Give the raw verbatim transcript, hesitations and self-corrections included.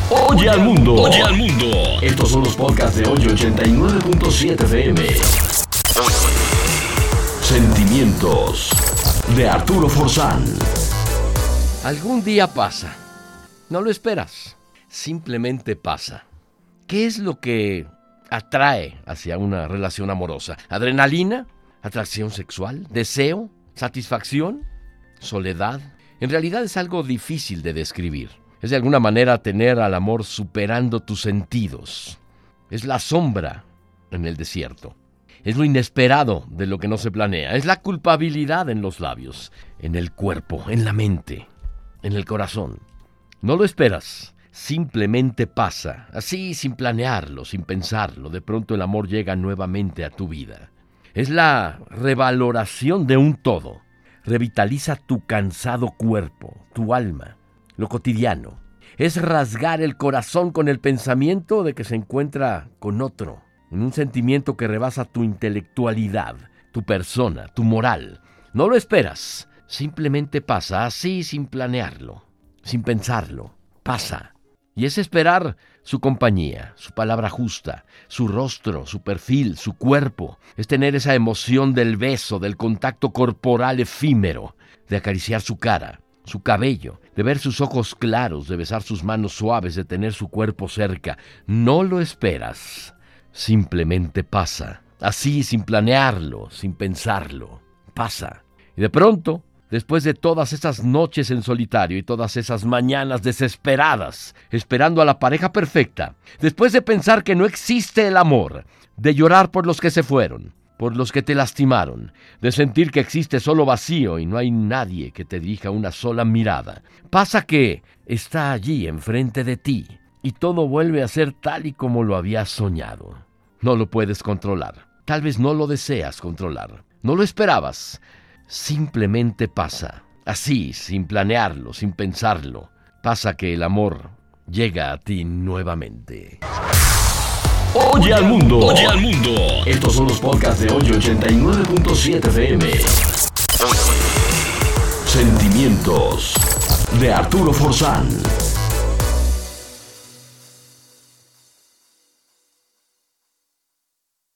Oye al mundo. Oye al mundo. Estos son los podcasts de Hoy ochenta y nueve punto siete F M. Sentimientos de Arturo Forzán. Algún día pasa. No lo esperas. Simplemente pasa. ¿Qué es lo que atrae hacia una relación amorosa? ¿Adrenalina? ¿Atracción sexual? ¿Deseo? ¿Satisfacción? ¿Soledad? En realidad es algo difícil de describir. Es de alguna manera tener al amor superando tus sentidos. Es la sombra en el desierto. Es lo inesperado de lo que no se planea. Es la culpabilidad en los labios, en el cuerpo, en la mente, en el corazón. No lo esperas. Simplemente pasa. Así, sin planearlo, sin pensarlo. De pronto el amor llega nuevamente a tu vida. Es la revaloración de un todo. Revitaliza tu cansado cuerpo, tu alma. Lo cotidiano, es rasgar el corazón con el pensamiento de que se encuentra con otro, en un sentimiento que rebasa tu intelectualidad, tu persona, tu moral. No lo esperas, simplemente pasa, así sin planearlo, sin pensarlo, pasa. Y es esperar su compañía, su palabra justa, su rostro, su perfil, su cuerpo. Es tener esa emoción del beso, del contacto corporal efímero, de acariciar su cara, su cabello, de ver sus ojos claros, de besar sus manos suaves, de tener su cuerpo cerca. No lo esperas. Simplemente pasa. Así, sin planearlo, sin pensarlo. Pasa. Y de pronto, después de todas esas noches en solitario y todas esas mañanas desesperadas, esperando a la pareja perfecta, después de pensar que no existe el amor, de llorar por los que se fueron, por los que te lastimaron, de sentir que existe solo vacío y no hay nadie que te dirija una sola mirada. Pasa que está allí enfrente de ti y todo vuelve a ser tal y como lo habías soñado. No lo puedes controlar. Tal vez no lo deseas controlar. No lo esperabas. Simplemente pasa. Así, sin planearlo, sin pensarlo. Pasa que el amor llega a ti nuevamente. Oye al mundo. Oye al mundo. Estos son los podcasts de Hoy ochenta y nueve punto siete F M. Sentimientos de Arturo Forzán.